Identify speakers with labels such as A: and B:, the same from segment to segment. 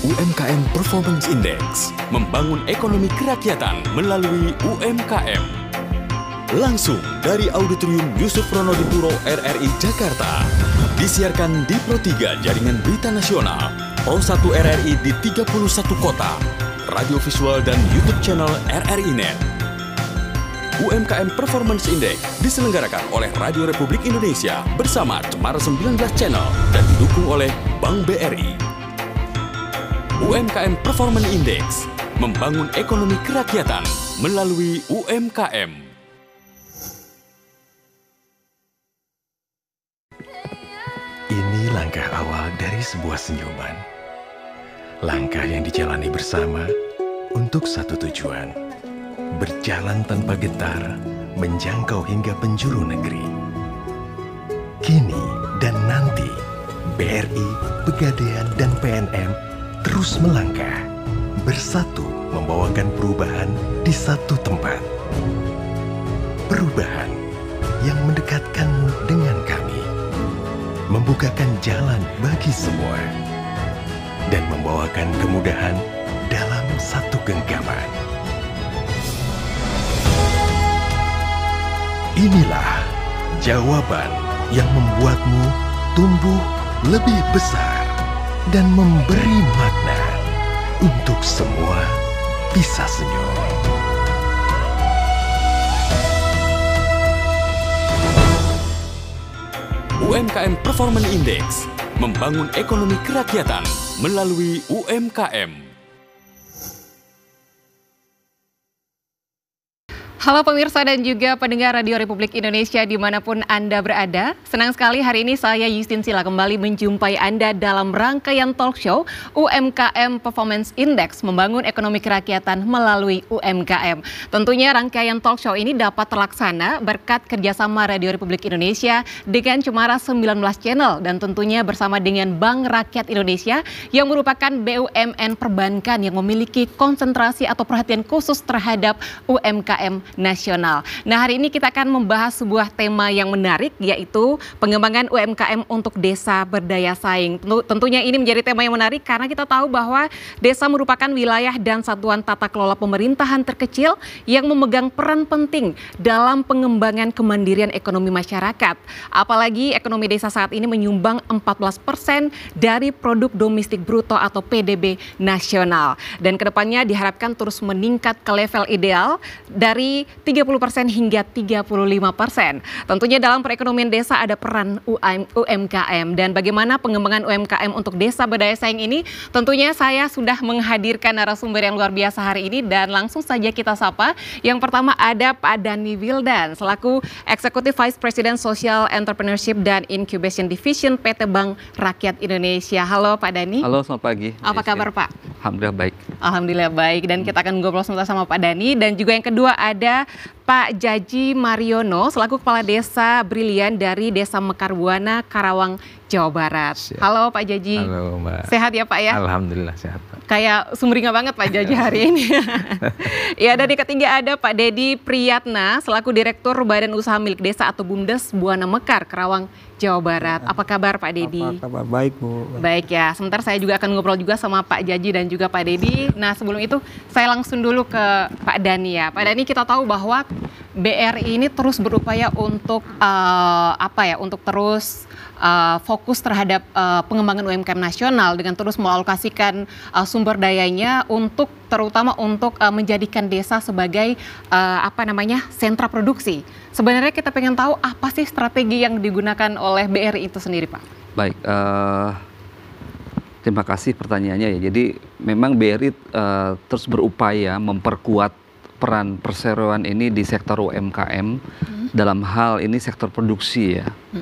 A: UMKM Performance Index, membangun ekonomi kerakyatan melalui UMKM. Langsung dari Auditorium Yusuf Ronodipuro RRI Jakarta. Disiarkan di Pro 3 Jaringan Berita Nasional, Pro 1 RRI di 31 kota, radio visual dan YouTube channel RRI Net. UMKM Performance Index diselenggarakan oleh Radio Republik Indonesia bersama Cemara 19 Channel dan didukung oleh Bank BRI. UMKM Performance Index, membangun ekonomi kerakyatan melalui UMKM.
B: Ini langkah awal dari sebuah senyuman. Langkah yang dijalani bersama untuk satu tujuan. Berjalan tanpa getar, menjangkau hingga penjuru negeri. Kini dan nanti, BRI, Pegadaian, dan PNM terus melangkah, bersatu membawakan perubahan di satu tempat. Perubahan yang mendekatkanmu dengan kami, membukakan jalan bagi semua, dan membawakan kemudahan dalam satu genggaman. Inilah jawaban yang membuatmu tumbuh lebih besar dan memberi makna untuk semua bisa senyum.
A: UMKM Performance Index, membangun ekonomi kerakyatan melalui UMKM.
C: Halo pemirsa dan juga pendengar Radio Republik Indonesia dimanapun Anda berada. Senang sekali hari ini saya Yustin Sila kembali menjumpai Anda dalam rangkaian talk show UMKM Performance Index, membangun ekonomi kerakyatan melalui UMKM. Tentunya rangkaian talk show ini dapat terlaksana berkat kerjasama Radio Republik Indonesia dengan Cemara 19 Channel dan tentunya bersama dengan Bank Rakyat Indonesia yang merupakan BUMN perbankan yang memiliki konsentrasi atau perhatian khusus terhadap UMKM nasional. Nah, hari ini kita akan membahas sebuah tema yang menarik, yaitu pengembangan UMKM untuk desa berdaya saing. Tentunya ini menjadi tema yang menarik karena kita tahu bahwa desa merupakan wilayah dan satuan tata kelola pemerintahan terkecil yang memegang peran penting dalam pengembangan kemandirian ekonomi masyarakat. Apalagi ekonomi desa saat ini menyumbang 14% dari produk domestik bruto atau PDB nasional. Dan kedepannya diharapkan terus meningkat ke level ideal dari 30% hingga 35%. Tentunya dalam perekonomian desa ada peran UMKM dan bagaimana pengembangan UMKM untuk desa berdaya saing ini. Tentunya saya sudah menghadirkan narasumber yang luar biasa hari ini dan langsung saja kita sapa. Yang pertama ada Pak Dhani Wildan selaku Executive Vice President Social Entrepreneurship dan Incubation Division PT Bank Rakyat Indonesia. Halo Pak Dhani.
D: Halo, selamat pagi.
C: Apa kabar Pak?
D: Alhamdulillah baik.
C: Alhamdulillah baik dan kita akan ngobrol sebentar sama Pak Dhani. Dan juga yang kedua ada Pak Jaji Mariono selaku Kepala Desa Brilian dari Desa Mekarbuana, Karawang, Jawa Barat. Siap. Halo Pak Jaji.
D: Halo Mbak.
C: Sehat ya Pak ya?
D: Alhamdulillah sehat Pak.
C: Kayak sumringah banget Pak Jaji hari ini. Ya, dan yang ketiga ada Pak Dedi Priyatna selaku Direktur Badan Usaha Milik Desa atau BUMDes Buana Mekar, Karawang, Jawa Barat. Apa kabar Pak Dedi?
E: Apa kabar? Baik Bu.
C: Baik ya, sebentar saya juga akan ngobrol juga sama Pak Jaji dan juga Pak Dedi. Nah sebelum itu saya langsung dulu ke Pak Dhani ya. Pak Dhani, kita tahu bahwa BRI ini terus berupaya untuk untuk terus fokus terhadap pengembangan UMKM nasional dengan terus mengalokasikan sumber dayanya untuk terutama untuk menjadikan desa sebagai sentra produksi. Sebenarnya kita pengen tahu apa sih strategi yang digunakan oleh BRI itu sendiri, Pak?
D: Baik, terima kasih pertanyaannya ya. Jadi memang BRI terus berupaya memperkuat peran perseroan ini di sektor UMKM dalam hal ini sektor produksi ya.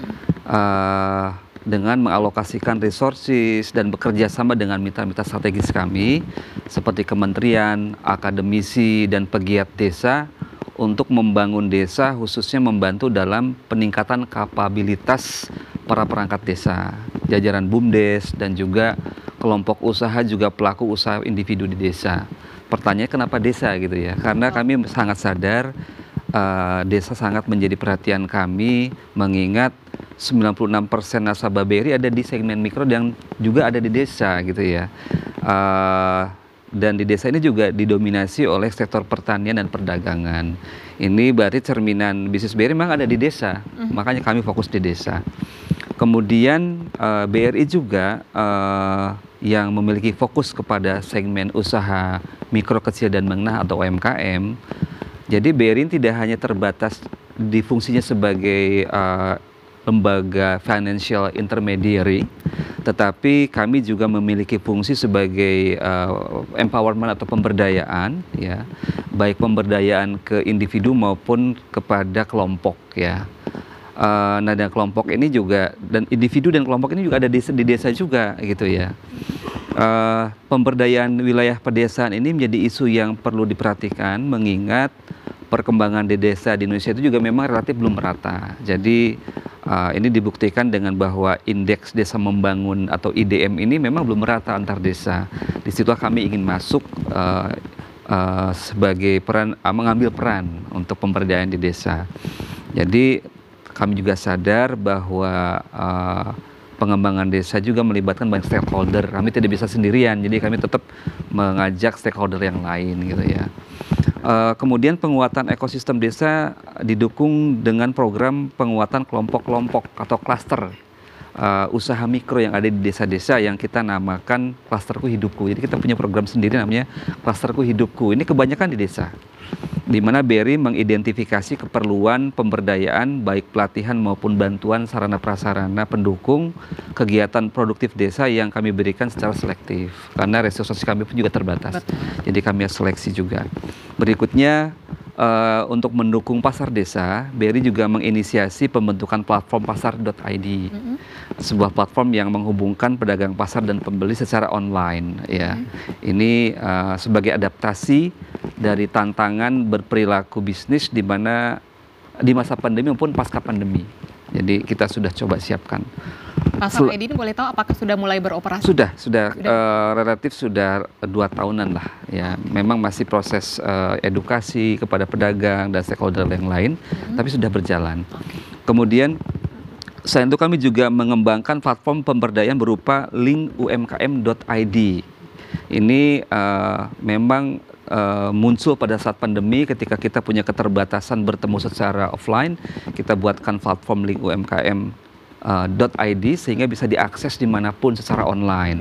D: Dengan mengalokasikan resources dan bekerja sama dengan mitra-mitra strategis kami seperti kementerian, akademisi, dan pegiat desa untuk membangun desa, khususnya membantu dalam peningkatan kapabilitas para perangkat desa, jajaran BUMDes, dan juga kelompok usaha juga pelaku usaha individu di desa. Pertanyaannya kenapa desa gitu ya? Karena kami sangat sadar desa sangat menjadi perhatian kami, mengingat 96% nasabah BRI ada di segmen mikro dan juga ada di desa gitu ya. Dan di desa ini juga didominasi oleh sektor pertanian dan perdagangan. Ini berarti cerminan bisnis BRI memang ada di desa, makanya kami fokus di desa. Kemudian BRI juga yang memiliki fokus kepada segmen usaha mikro, kecil, dan menengah atau UMKM. Jadi BRI tidak hanya terbatas di fungsinya sebagai lembaga financial intermediary, tetapi kami juga memiliki fungsi sebagai empowerment atau pemberdayaan, ya, baik pemberdayaan ke individu maupun kepada kelompok, ya. Nah, dan kelompok ini juga, dan individu dan kelompok ini juga ada di desa juga, gitu ya. Pemberdayaan wilayah pedesaan ini menjadi isu yang perlu diperhatikan, mengingat perkembangan di desa di Indonesia itu juga memang relatif belum merata. Jadi ini dibuktikan dengan bahwa indeks desa membangun atau IDM ini memang belum merata antar desa. Di situ kami ingin masuk sebagai mengambil peran untuk pemberdayaan di desa. Jadi kami juga sadar bahwa pengembangan desa juga melibatkan banyak stakeholder. Kami tidak bisa sendirian, jadi kami tetap mengajak stakeholder yang lain, gitu ya. Kemudian penguatan ekosistem desa didukung dengan program penguatan kelompok-kelompok atau klaster usaha mikro yang ada di desa-desa yang kita namakan Klasterku Hidupku. Jadi kita punya program sendiri namanya Klasterku Hidupku. Ini kebanyakan di desa, di mana BRI mengidentifikasi keperluan pemberdayaan baik pelatihan maupun bantuan sarana prasarana pendukung kegiatan produktif desa yang kami berikan secara selektif karena resources kami pun juga terbatas. Jadi kami seleksi juga. Berikutnya untuk mendukung pasar desa, BRI juga menginisiasi pembentukan platform pasar.id, sebuah platform yang menghubungkan pedagang pasar dan pembeli secara online. Ya, ini sebagai adaptasi dari tantangan berperilaku bisnis di mana di masa pandemi maupun pasca pandemi. Jadi kita sudah coba siapkan.
C: Pasar ID ini boleh tahu apakah sudah mulai beroperasi?
D: Sudah. Relatif sudah 2 tahunan lah. Ya, memang masih proses edukasi kepada pedagang dan stakeholder yang lain, tapi sudah berjalan. Kemudian selain itu kami juga mengembangkan platform pemberdayaan berupa link umkm.id. Ini memang muncul pada saat pandemi ketika kita punya keterbatasan bertemu secara offline, kita buatkan platform link umkm.id sehingga bisa diakses dimanapun secara online.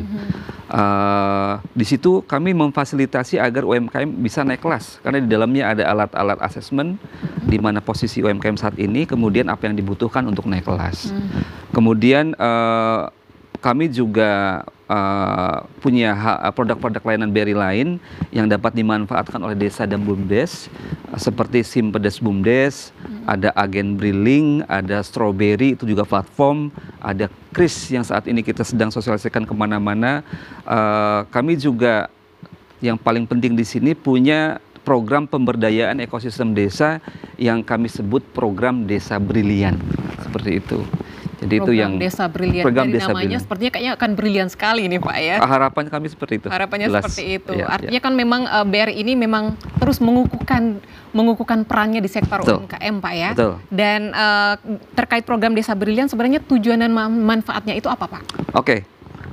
D: Di situ kami memfasilitasi agar UMKM bisa naik kelas karena di dalamnya ada alat-alat asesmen di mana posisi UMKM saat ini, kemudian apa yang dibutuhkan untuk naik kelas. Kemudian kami juga punya produk-produk layanan BRI lain yang dapat dimanfaatkan oleh desa dan BUMDes seperti Simpedes BUMDes, ada agen Briling, ada Strawberry itu juga platform, ada Kris yang saat ini kita sedang sosialisasikan kemana-mana. Kami juga yang paling penting di sini punya program pemberdayaan ekosistem desa yang kami sebut program Desa Brilian, seperti itu. Jadi
C: program
D: itu yang
C: Desa Brilian.
D: Program
C: Dari
D: Desa
C: namanya
D: Brilian.
C: Sepertinya kayaknya akan brilian sekali nih Pak ya.
D: Harapan kami seperti itu.
C: Harapannya
D: Jelas.
C: seperti itu.
D: Ya,
C: Artinya kan memang BRI ini memang terus mengukuhkan perannya di sektor UMKM Pak ya.
D: Betul.
C: Dan terkait program Desa Brilian sebenarnya tujuan dan manfaatnya itu apa Pak?
D: Oke.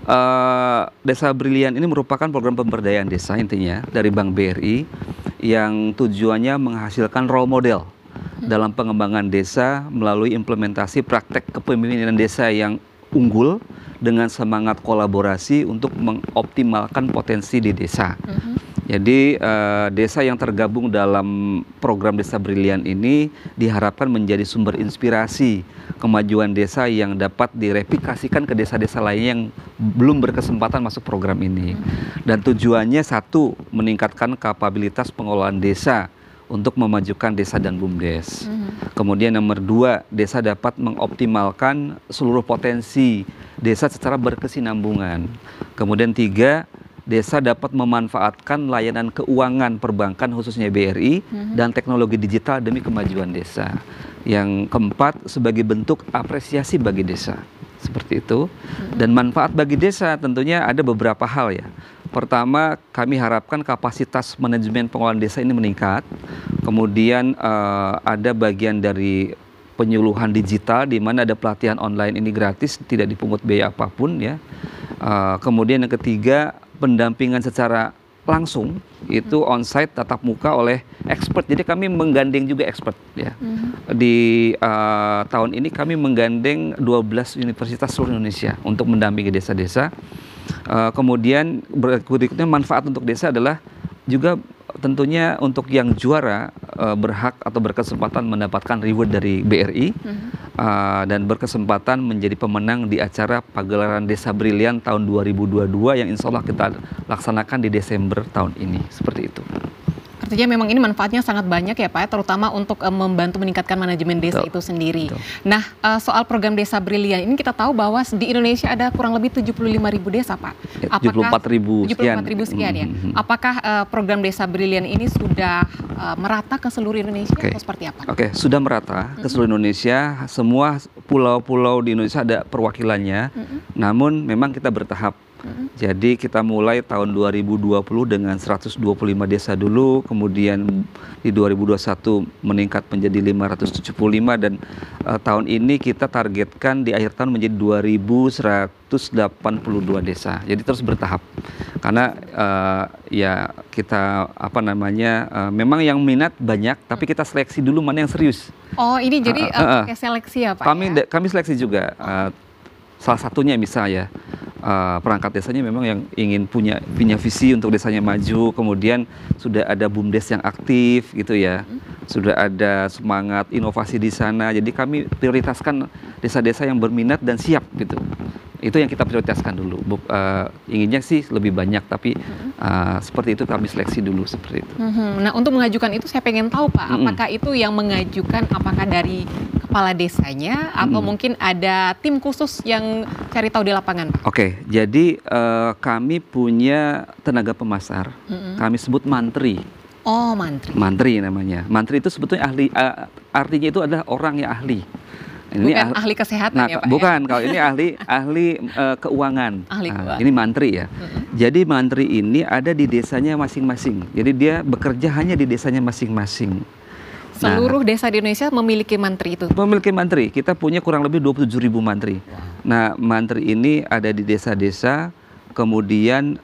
D: Desa Brilian ini merupakan program pemberdayaan desa intinya dari Bank BRI yang tujuannya menghasilkan role model dalam pengembangan desa melalui implementasi praktek kepemimpinan desa yang unggul dengan semangat kolaborasi untuk mengoptimalkan potensi di desa. Jadi desa yang tergabung dalam program Desa Brilian ini diharapkan menjadi sumber inspirasi kemajuan desa yang dapat direplikasikan ke desa-desa lainnya yang belum berkesempatan masuk program ini. Dan tujuannya satu, meningkatkan kapabilitas pengelolaan desa untuk memajukan desa dan BUMDes. Kemudian nomor 2, desa dapat mengoptimalkan seluruh potensi desa secara berkesinambungan. Kemudian 3, desa dapat memanfaatkan layanan keuangan perbankan khususnya BRI dan teknologi digital demi kemajuan desa. Yang keempat, sebagai bentuk apresiasi bagi desa. Seperti itu. Dan manfaat bagi desa tentunya ada beberapa hal ya. Pertama, kami harapkan kapasitas manajemen pengelolaan desa ini meningkat. Kemudian ada bagian dari penyuluhan digital di mana ada pelatihan online ini gratis, tidak dipungut biaya apapun ya. Kemudian yang ketiga, pendampingan secara langsung itu onsite tatap muka oleh expert. Jadi kami menggandeng juga expert ya. Di tahun ini kami menggandeng 12 universitas seluruh Indonesia untuk mendampingi desa-desa. Kemudian berikutnya manfaat untuk desa adalah juga tentunya untuk yang juara berhak atau berkesempatan mendapatkan reward dari BRI dan berkesempatan menjadi pemenang di acara pagelaran Desa Brilian tahun 2022 yang insya Allah kita laksanakan di Desember tahun ini. Seperti itu.
C: Artinya memang ini manfaatnya sangat banyak ya Pak, terutama untuk membantu meningkatkan manajemen desa itu sendiri. Nah, soal program Desa Brilian ini kita tahu bahwa di Indonesia ada kurang lebih 75.000 desa Pak. 74.000 sekian ya. Apakah program Desa Brilian ini sudah merata ke seluruh Indonesia atau seperti apa?
D: Oke, sudah merata ke seluruh Indonesia. Semua pulau-pulau di Indonesia ada perwakilannya. Namun memang kita bertahap. Jadi kita mulai tahun 2020 dengan 125 desa dulu, kemudian di 2021 meningkat menjadi 575 dan tahun ini kita targetkan di akhir tahun menjadi 2.182 desa. Jadi terus bertahap. Karena ya kita memang yang minat banyak, tapi kita seleksi dulu mana yang serius.
C: Oh, ini jadi pakai seleksi ya Pak?
D: Kami seleksi juga. Salah satunya misalnya perangkat desanya memang yang ingin punya visi untuk desanya maju, kemudian sudah ada BUMDes yang aktif gitu ya, sudah ada semangat inovasi di sana. Jadi kami prioritaskan desa-desa yang berminat dan siap gitu. Itu yang kita prioritaskan dulu. Inginnya sih lebih banyak, tapi seperti itu kami seleksi dulu seperti itu.
C: Nah, untuk mengajukan itu saya pengen tahu Pak, apakah itu yang mengajukan apakah dari kepala desanya atau mungkin ada tim khusus yang cari tahu di lapangan?
D: Oke, jadi kami punya tenaga pemasar, kami sebut mantri.
C: Oh, mantri.
D: Mantri namanya. Mantri itu sebetulnya ahli, artinya itu adalah orang yang ahli.
C: Ini bukan ahli kesehatan ya Pak?
D: Bukan, kalau ini ahli keuangan.
C: Ahli keuangan.
D: Ini mantri ya. Jadi mantri ini ada di desanya masing-masing. Jadi dia bekerja hanya di desanya masing-masing.
C: Seluruh desa di Indonesia memiliki mantri itu?
D: Memiliki mantri. Kita punya kurang lebih 27.000 mantri. Nah, mantri ini ada di desa-desa, kemudian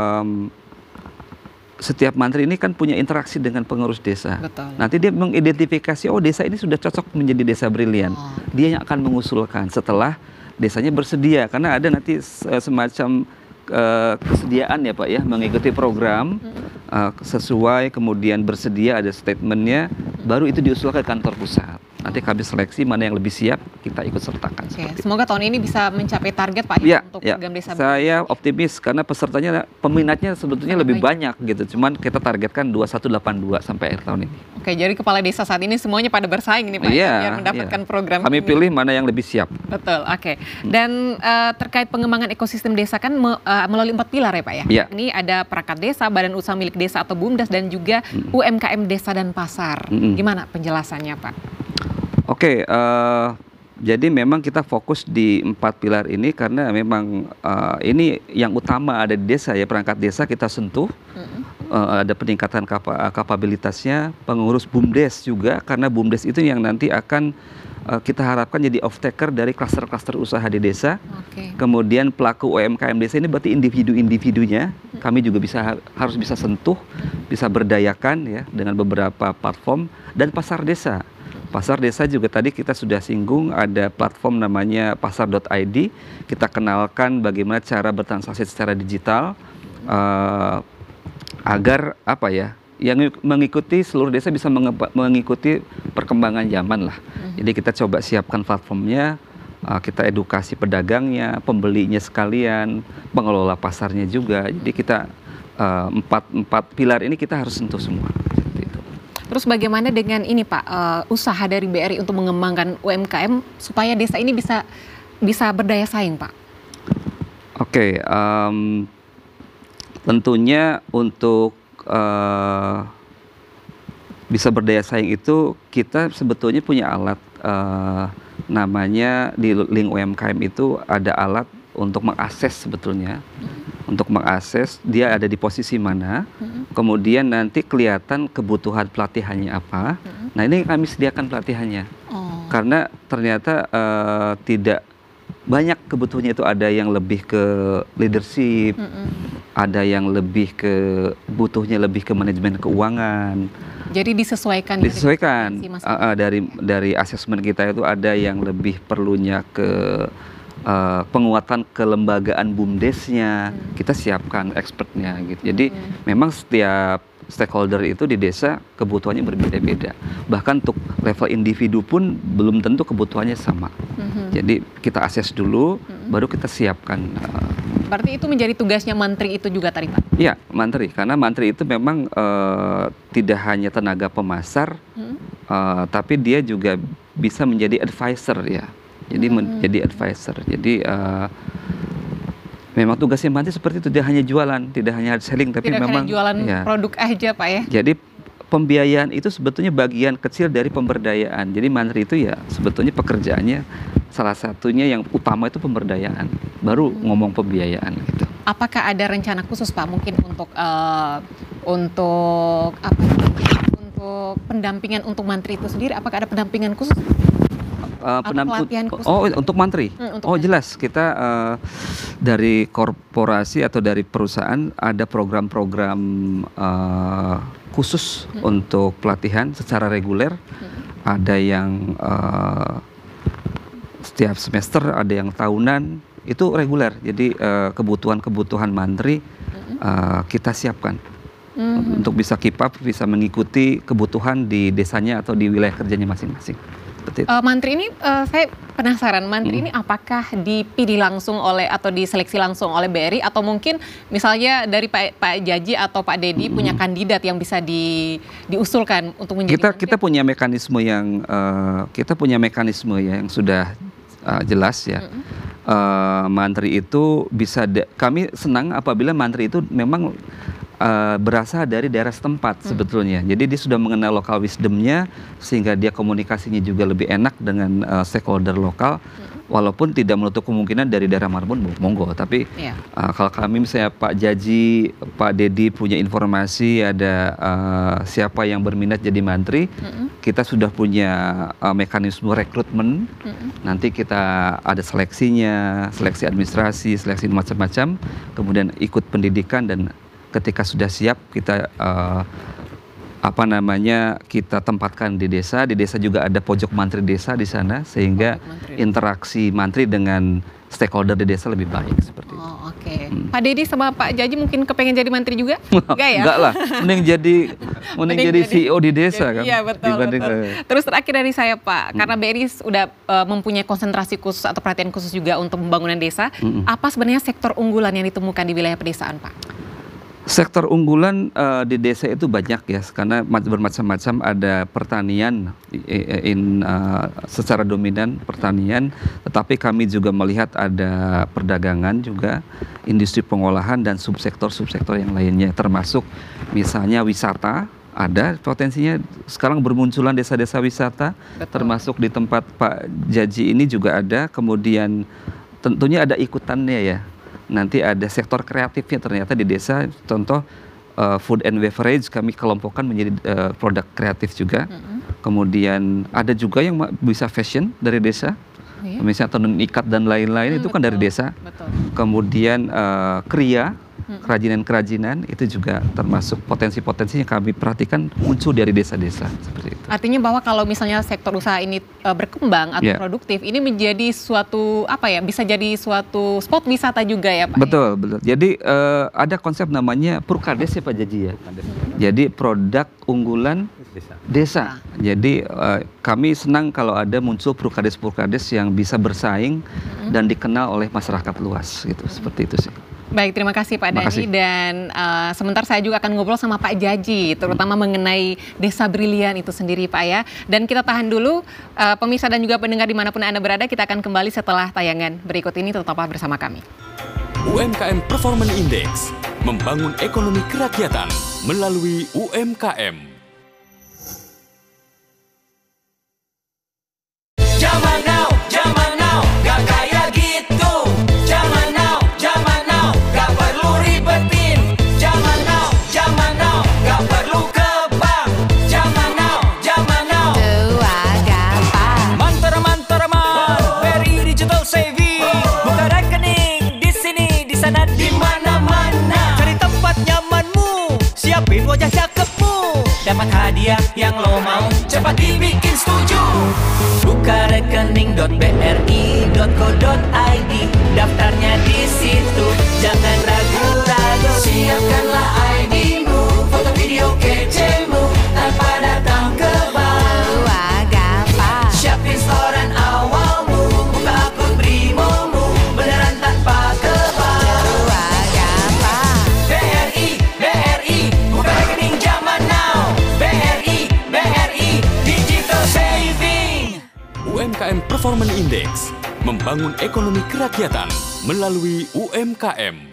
D: setiap mantri ini kan punya interaksi dengan pengurus desa.
C: Betul.
D: Nanti dia mengidentifikasi, oh desa ini sudah cocok menjadi desa brilian. Dia yang akan mengusulkan setelah desanya bersedia. Karena ada nanti semacam kesediaan ya Pak ya, mengikuti program sesuai, kemudian bersedia, ada statementnya, baru itu diusulkan ke kantor pusat. Nanti kami seleksi mana yang lebih siap, kita ikut sertakan.
C: Semoga tahun ini bisa mencapai target Pak untuk program Desa Brilian.
D: Saya optimis karena peminatnya sebetulnya lebih banyak gitu. Cuman kita targetkan 2182 sampai akhir tahun ini.
C: Oke, jadi kepala desa saat ini semuanya pada bersaing nih Pak biar mendapatkan program.
D: Kami pilih mana yang lebih siap.
C: Betul, oke. Dan terkait pengembangan ekosistem desa kan melalui 4 pilar ya Pak ya. Ini ada perangkat desa, badan usaha milik desa atau BUMDes, dan juga UMKM desa dan pasar. Gimana penjelasannya Pak?
D: Oke, jadi memang kita fokus di 4 pilar ini karena memang ini yang utama ada di desa ya, perangkat desa kita sentuh, ada peningkatan kapabilitasnya, pengurus BUMDes juga, karena BUMDes itu yang nanti akan kita harapkan jadi off-taker dari klaster-klaster usaha di desa. Kemudian pelaku UMKM desa ini berarti individu-individunya, kami juga harus bisa sentuh, bisa berdayakan ya dengan beberapa platform, dan pasar desa. Pasar desa juga tadi kita sudah singgung, ada platform namanya pasar.id. Kita kenalkan bagaimana cara bertransaksi secara digital agar yang mengikuti seluruh desa bisa mengikuti perkembangan zaman lah. Jadi kita coba siapkan platformnya, kita edukasi pedagangnya, pembelinya sekalian, pengelola pasarnya juga. Jadi kita empat pilar ini kita harus sentuh semua.
C: Terus bagaimana dengan ini Pak, usaha dari BRI untuk mengembangkan UMKM supaya desa ini bisa berdaya saing Pak?
D: Oke, tentunya untuk bisa berdaya saing itu kita sebetulnya punya alat, namanya di link UMKM itu ada alat untuk mengakses sebetulnya. Untuk mengakses dia ada di posisi mana, kemudian nanti kelihatan kebutuhan pelatihannya apa. Nah ini kami sediakan pelatihannya, karena ternyata tidak banyak kebutuhannya itu, ada yang lebih ke leadership, ada yang lebih ke butuhnya lebih ke manajemen keuangan.
C: Jadi disesuaikan
D: dari asesmen kita itu ada yang lebih perlunya ke penguatan kelembagaan BUMDesnya, kita siapkan expertnya gitu. Jadi memang setiap stakeholder itu di desa kebutuhannya berbeda-beda. Bahkan untuk level individu pun belum tentu kebutuhannya sama. Jadi kita akses dulu, baru kita siapkan.
C: Berarti itu menjadi tugasnya mantri itu juga tadi Pak?
D: Iya, mantri. Karena mantri itu memang tidak hanya tenaga pemasar, tapi dia juga bisa menjadi advisor ya. Jadi menjadi advisor. Jadi memang tugasnya mantri seperti itu, tidak hanya jualan, tidak hanya hard selling, tapi
C: tidak
D: memang
C: hanya jualan produk aja Pak ya.
D: Jadi pembiayaan itu sebetulnya bagian kecil dari pemberdayaan. Jadi mantri itu ya sebetulnya pekerjaannya salah satunya yang utama itu pemberdayaan, baru ngomong pembiayaan gitu.
C: Apakah ada rencana khusus Pak mungkin untuk pendampingan untuk mantri itu sendiri? Apakah ada pendampingan khusus?
D: Pelatihan khusus? Untuk mantri? Jelas kita dari korporasi atau dari perusahaan ada program-program khusus untuk pelatihan secara reguler. Ada yang setiap semester, ada yang tahunan, itu reguler. Jadi kebutuhan-kebutuhan mantri kita siapkan untuk bisa keep up, bisa mengikuti kebutuhan di desanya atau di wilayah kerjanya masing-masing.
C: Mantri ini saya penasaran, mantri ini apakah dipilih langsung oleh atau diseleksi langsung oleh BRI, atau mungkin misalnya dari Pak Jaji atau Pak Dedi punya kandidat yang bisa diusulkan untuk menjadi
D: kita punya mekanisme yang yang sudah jelas ya. Mantri itu bisa kami senang apabila mantri itu memang berasal dari daerah setempat sebetulnya. Jadi dia sudah mengenal lokal wisdomnya, sehingga dia komunikasinya juga lebih enak dengan stakeholder lokal. Walaupun tidak menutup kemungkinan dari daerah manapun monggo. Tapi kalau kami misalnya Pak Jaji, Pak Dedi punya informasi ada siapa yang berminat jadi mantri, kita sudah punya mekanisme rekrutmen. Nanti kita ada seleksinya, seleksi administrasi, seleksi macam-macam, kemudian ikut pendidikan, dan ketika sudah siap kita kita tempatkan di desa. Di desa juga ada pojok mantri desa di sana, sehingga interaksi mantri dengan stakeholder di desa lebih baik seperti itu.
C: Oke. Pak Dedi sama Pak Jaji mungkin kepengen jadi mantri juga? Enggak ya?
D: Enggak lah, mending jadi CEO di desa kan.
C: Iya betul. Terus terakhir dari saya Pak, karena BRI sudah mempunyai konsentrasi khusus atau perhatian khusus juga untuk pembangunan desa, apa sebenarnya sektor unggulan yang ditemukan di wilayah pedesaan Pak?
D: Sektor unggulan di desa itu banyak ya, karena bermacam-macam. Ada pertanian secara dominan pertanian, tetapi kami juga melihat ada perdagangan juga, industri pengolahan, dan subsektor yang lainnya, termasuk misalnya wisata. Ada potensinya sekarang bermunculan desa-desa wisata. Betul. Termasuk di tempat Pak Jaji ini juga ada. Kemudian tentunya ada ikutannya ya. Nanti ada sektor kreatifnya ternyata di desa, contoh food and beverage kami kelompokkan menjadi produk kreatif juga. Kemudian ada juga yang bisa fashion dari desa, misalnya tenun ikat dan lain-lain, itu kan dari desa. Kemudian kriya, kerajinan-kerajinan, itu juga termasuk potensi-potensi yang kami perhatikan muncul dari desa-desa seperti itu.
C: Artinya bahwa kalau misalnya sektor usaha ini berkembang atau produktif, ini menjadi suatu bisa jadi suatu spot wisata juga ya Pak?
D: Betul. Jadi ada konsep namanya Purkades ya Pak Jaji ya. Jadi produk unggulan desa. Jadi kami senang kalau ada muncul Purkades yang bisa bersaing dan dikenal oleh masyarakat luas gitu, seperti itu sih.
C: Baik, terima kasih Pak Dhani. Dan sebentar saya juga akan ngobrol sama Pak Jaji, terutama mengenai Desa Brilian itu sendiri Pak ya. Dan kita tahan dulu, pemirsa dan juga pendengar dimanapun Anda berada, kita akan kembali setelah tayangan berikut ini, tetaplah bersama kami.
A: UMKM Performance Index, membangun ekonomi kerakyatan melalui UMKM.
E: Zaman now, gak kayak gitu. Zaman now, gak perlu ribetin. Zaman now, gak perlu ke bank. Zaman now, gampang. Manter, very digital saving. Buka rekening di sini, di sana, di mana-mana. Cari dapat hadiah yang lo mau. Cepat dibikin setuju. Buka rekening.bri.co.id, daftarnya di situ. Jangan ragu-ragu. Siapkanlah ID-mu, foto video kecemu, tanpa datang ke bank.
F: Wah, gampang.
E: Siapin setoran awalmu, buka akun Brimomu, beneran tanpa ke bank.
F: Wah, gampang.
E: BRI, buka rekening zaman now. BRI, digital saving.
A: UMKM Performance Index, membangun ekonomi kerakyatan melalui UMKM.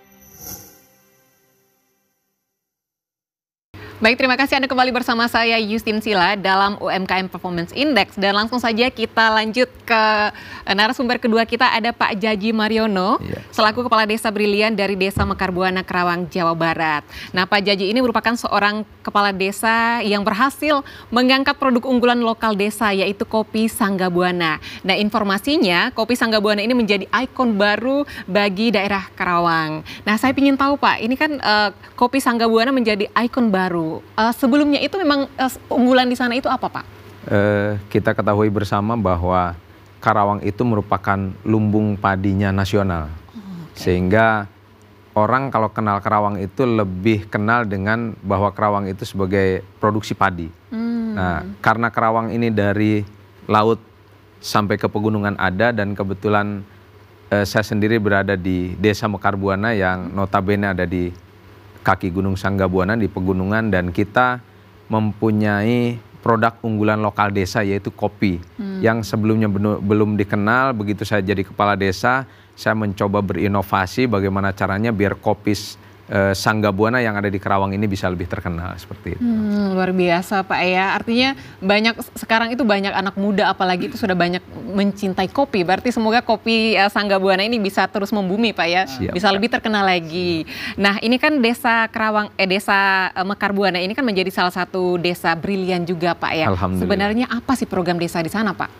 C: Baik, terima kasih Anda kembali bersama saya Yustin Sila dalam UMKM Performance Index. Dan langsung saja kita lanjut ke narasumber kedua kita, ada Pak Djaji Mariono, selaku Kepala Desa Brilian dari Desa Mekar Buana, Karawang, Jawa Barat. Nah, Pak Djaji ini merupakan seorang kepala desa yang berhasil mengangkat produk unggulan lokal desa, yaitu kopi Sangga Buana. Nah, informasinya kopi Sangga Buana ini menjadi ikon baru bagi daerah Karawang. Nah, saya ingin tahu Pak, ini kan kopi Sangga Buana menjadi ikon baru. Sebelumnya itu memang unggulan di sana itu apa Pak?
G: Kita ketahui bersama bahwa Karawang itu merupakan lumbung padinya nasional. Sehingga orang kalau kenal Karawang itu lebih kenal dengan bahwa Karawang itu sebagai produksi padi. Nah, karena Karawang ini dari laut sampai ke pegunungan ada, dan kebetulan saya sendiri berada di Desa Mekar Buana yang notabene ada di kaki Gunung Sangga Buana di pegunungan, dan kita mempunyai produk unggulan lokal desa yaitu kopi yang sebelumnya belum dikenal. Begitu saya jadi kepala desa, saya mencoba berinovasi bagaimana caranya biar kopi Sangga Buana yang ada di Karawang ini bisa lebih terkenal seperti itu.
C: Luar biasa Pak ya, artinya sekarang itu banyak anak muda apalagi itu sudah banyak mencintai kopi. Berarti semoga kopi Sangga Buana ini bisa terus membumi Pak ya.
G: Siap,
C: bisa lebih terkenal lagi. Nah, ini kan Desa Mekar Buana ini kan menjadi salah satu desa brilian juga Pak ya.
G: Alhamdulillah.
C: Sebenarnya apa sih program desa di sana Pak?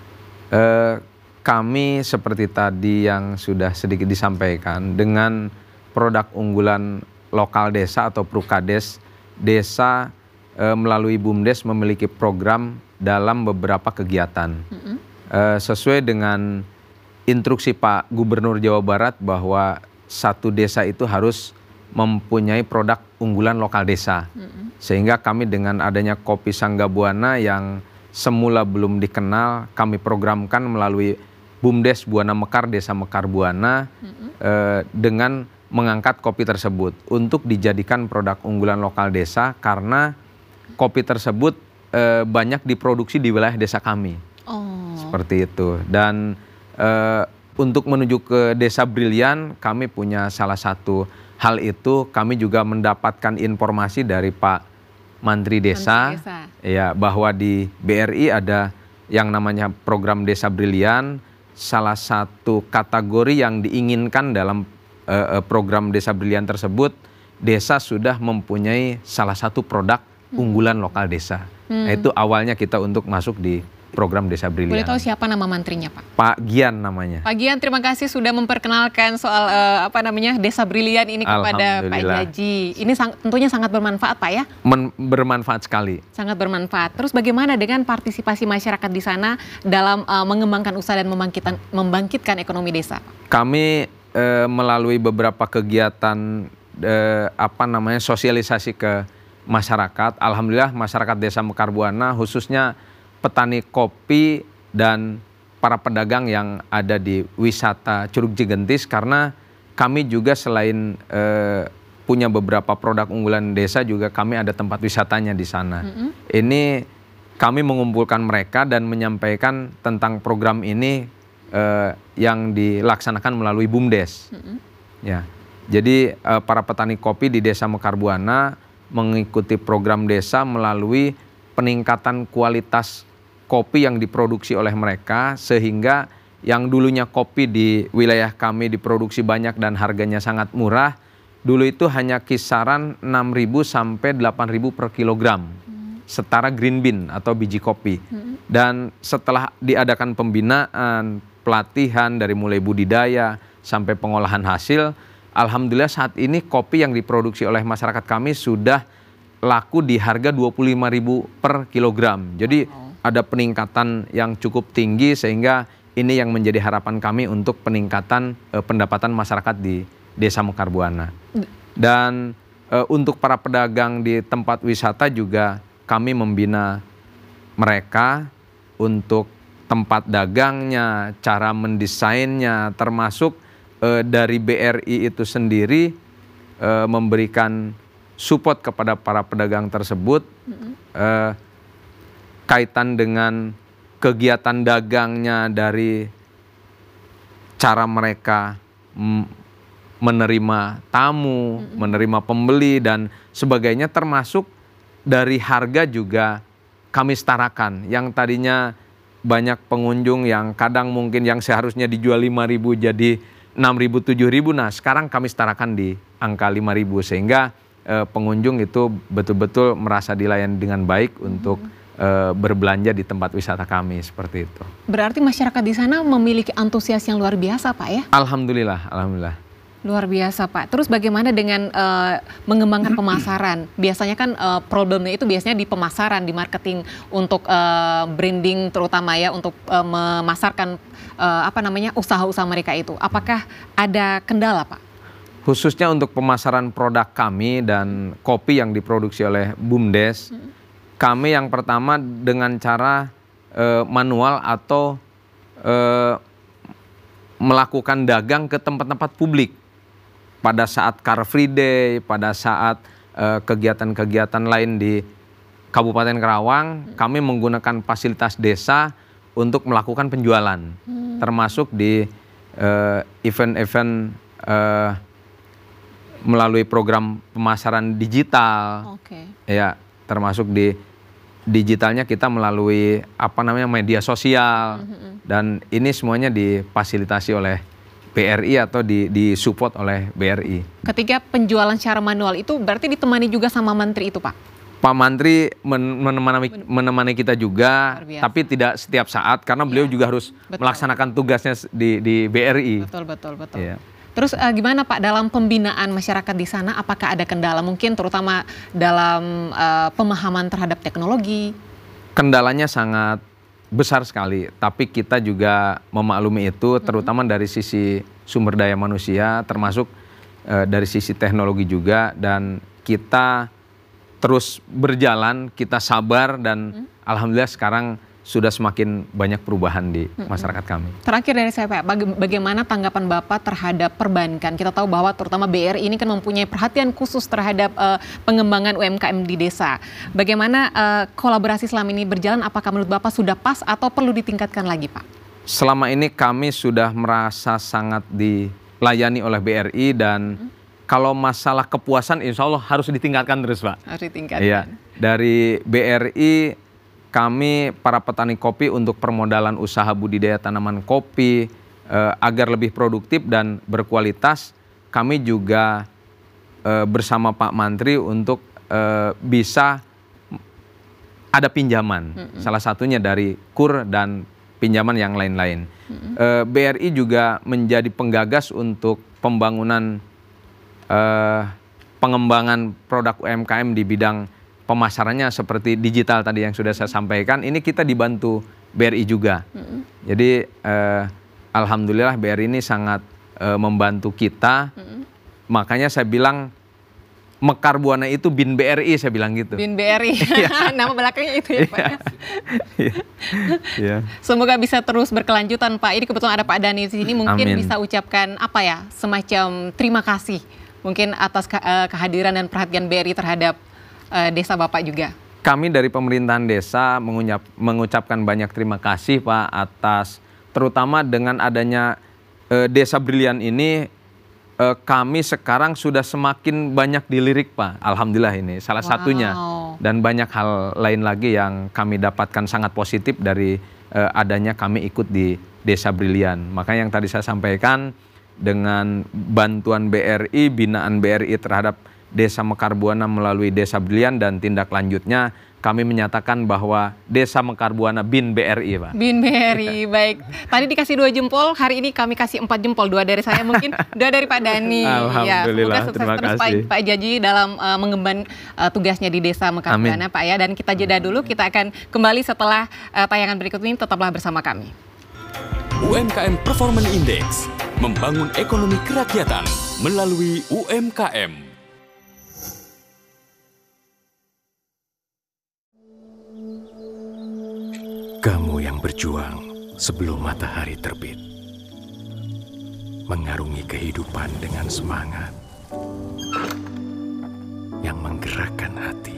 G: Kami seperti tadi yang sudah sedikit disampaikan, dengan produk unggulan lokal desa atau Prukades, desa melalui BUMDes memiliki program dalam beberapa kegiatan. Sesuai dengan instruksi Pak Gubernur Jawa Barat bahwa satu desa itu harus mempunyai produk unggulan lokal desa. Sehingga kami dengan adanya kopi Sangga Buana yang semula belum dikenal, kami programkan melalui BUMDes Buana Mekar, Desa Mekar Buana, dengan mengangkat kopi tersebut untuk dijadikan produk unggulan lokal desa, karena kopi tersebut banyak diproduksi di wilayah desa kami. Seperti itu. Dan untuk menuju ke Desa Brilian, kami punya salah satu hal itu, kami juga mendapatkan informasi dari Pak Mantri Desa, ya, bahwa di BRI ada yang namanya program Desa Brilian. Salah satu kategori yang diinginkan dalam program Desa Brilian tersebut, desa sudah mempunyai salah satu produk unggulan lokal desa. Nah, itu awalnya kita untuk masuk di program Desa Brilian.
C: Boleh tahu siapa nama menterinya Pak?
G: Pak Gian namanya.
C: Pak Gian, terima kasih sudah memperkenalkan soal Desa Brilian ini kepada Pak Djaji. Ini tentunya sangat bermanfaat Pak ya?
G: Bermanfaat sekali.
C: Sangat bermanfaat. Terus bagaimana dengan partisipasi masyarakat di sana dalam mengembangkan usaha dan membangkitkan ekonomi desa?
G: Kami melalui beberapa kegiatan sosialisasi ke masyarakat. Alhamdulillah masyarakat Desa Mekar Buana, khususnya petani kopi dan para pedagang yang ada di wisata Curug Cigentis, karena kami juga selain punya beberapa produk unggulan desa, juga kami ada tempat wisatanya di sana. Ini kami mengumpulkan mereka dan menyampaikan tentang program ini yang dilaksanakan melalui BUMDes. Ya, jadi para petani kopi di Desa Mekar Buana mengikuti program desa melalui peningkatan kualitas kopi yang diproduksi oleh mereka, sehingga yang dulunya kopi di wilayah kami diproduksi banyak dan harganya sangat murah, dulu itu hanya kisaran 6.000 sampai 8.000 per kilogram, setara green bean atau biji kopi. Dan setelah diadakan pembinaan, pelatihan dari mulai budidaya sampai pengolahan hasil, alhamdulillah saat ini kopi yang diproduksi oleh masyarakat kami sudah laku di harga 25.000 per kilogram. Jadi ada peningkatan yang cukup tinggi sehingga ini yang menjadi harapan kami untuk peningkatan pendapatan masyarakat di Desa Mekar Buana. Dan untuk para pedagang di tempat wisata juga kami membina mereka untuk tempat dagangnya, cara mendesainnya, termasuk dari BRI itu sendiri memberikan support kepada para pedagang tersebut kaitan dengan kegiatan dagangnya, dari cara mereka menerima tamu, menerima pembeli dan sebagainya, termasuk dari harga juga kami setarakan. Yang tadinya banyak pengunjung yang kadang mungkin yang seharusnya dijual 5.000 jadi 6.000, 7.000, nah sekarang kami setarakan di angka 5.000 sehingga pengunjung itu betul-betul merasa dilayani dengan baik untuk berbelanja di tempat wisata kami, seperti itu.
C: Berarti masyarakat di sana memiliki antusias yang luar biasa, Pak ya?
G: Alhamdulillah, alhamdulillah.
C: Luar biasa, Pak. Terus bagaimana dengan mengembangkan pemasaran? Biasanya kan problemnya itu biasanya di pemasaran, di marketing untuk branding terutama ya, untuk memasarkan usaha-usaha mereka itu. Apakah ada kendala, Pak?
G: Khususnya untuk pemasaran produk kami dan kopi yang diproduksi oleh BUMDes, kami yang pertama dengan cara manual atau melakukan dagang ke tempat-tempat publik. Pada saat Car Free Day, pada saat kegiatan-kegiatan lain di Kabupaten Karawang, kami menggunakan fasilitas desa untuk melakukan penjualan, termasuk di event-event melalui program pemasaran digital. Ya, termasuk di digitalnya kita melalui media sosial, dan ini semuanya difasilitasi oleh BRI atau disupport oleh BRI.
C: Ketika penjualan secara manual itu berarti ditemani juga sama Menteri itu, Pak?
G: Pak Menteri menemani kita juga, tapi tidak setiap saat karena beliau juga harus melaksanakan tugasnya di BRI.
C: Betul.
G: Ya.
C: Terus gimana Pak dalam pembinaan masyarakat di sana? Apakah ada kendala mungkin terutama dalam pemahaman terhadap teknologi? Kendalanya
G: sangat besar sekali, tapi kita juga memaklumi itu, terutama dari sisi sumber daya manusia, termasuk dari sisi teknologi juga, dan kita terus berjalan, kita sabar, dan alhamdulillah sekarang sudah semakin banyak perubahan di masyarakat kami.
C: Terakhir dari saya Pak, bagaimana tanggapan Bapak terhadap perbankan? Kita tahu bahwa terutama BRI ini kan mempunyai perhatian khusus terhadap pengembangan UMKM di desa. Bagaimana kolaborasi selama ini berjalan? Apakah menurut Bapak sudah pas atau perlu ditingkatkan lagi, Pak?
G: Selama ini kami sudah merasa sangat dilayani oleh BRI, dan kalau masalah kepuasan insya Allah harus ditingkatkan terus, Pak.
C: Harus ditingkatkan.
G: Iya, dari BRI kami para petani kopi untuk permodalan usaha budidaya tanaman kopi agar lebih produktif dan berkualitas, kami juga bersama Pak Menteri untuk bisa ada pinjaman, salah satunya dari KUR dan pinjaman yang lain-lain. BRI juga menjadi penggagas untuk pembangunan pengembangan produk UMKM di bidang pemasarannya seperti digital tadi yang sudah saya sampaikan. Ini kita dibantu BRI juga. Jadi alhamdulillah BRI ini sangat membantu kita. Makanya saya bilang Mekar Buana itu BIN BRI, saya bilang gitu.
C: BIN BRI, nama belakangnya itu ya Pak.
G: Yeah.
C: Semoga bisa terus berkelanjutan Pak. Ini kebetulan ada Pak Dhani di sini, mungkin
G: Amin.
C: bisa ucapkan semacam terima kasih mungkin atas kehadiran dan perhatian BRI terhadap desa Bapak juga.
G: Kami dari pemerintahan desa mengucapkan banyak terima kasih Pak atas, terutama dengan adanya Desa Brilian ini, kami sekarang sudah semakin banyak dilirik Pak. Alhamdulillah ini salah satunya. Dan banyak hal lain lagi yang kami dapatkan sangat positif dari adanya kami ikut di Desa Brilian. Makanya yang tadi saya sampaikan, dengan bantuan BRI, binaan BRI terhadap Desa Mekar Buana melalui Desa Brilian, dan tindak lanjutnya kami menyatakan bahwa Desa Mekar Buana BIN BRI, Pak.
C: BIN BRI, baik. Tadi dikasih 2 jempol, hari ini kami kasih 4 jempol. 2 dari saya mungkin, 2 dari Pak Dani.
G: Alhamdulillah,
C: semoga sukses
G: terima
C: terus
G: kasih.
C: Pak Jaji dalam mengemban tugasnya di Desa Mekar Buana, Pak ya. Dan kita jeda dulu, kita akan kembali setelah tayangan berikut ini, tetaplah bersama kami.
A: UMKM Performance Index, membangun ekonomi kerakyatan melalui UMKM.
B: Kamu yang berjuang sebelum matahari terbit, mengarungi kehidupan dengan semangat yang menggerakkan hati.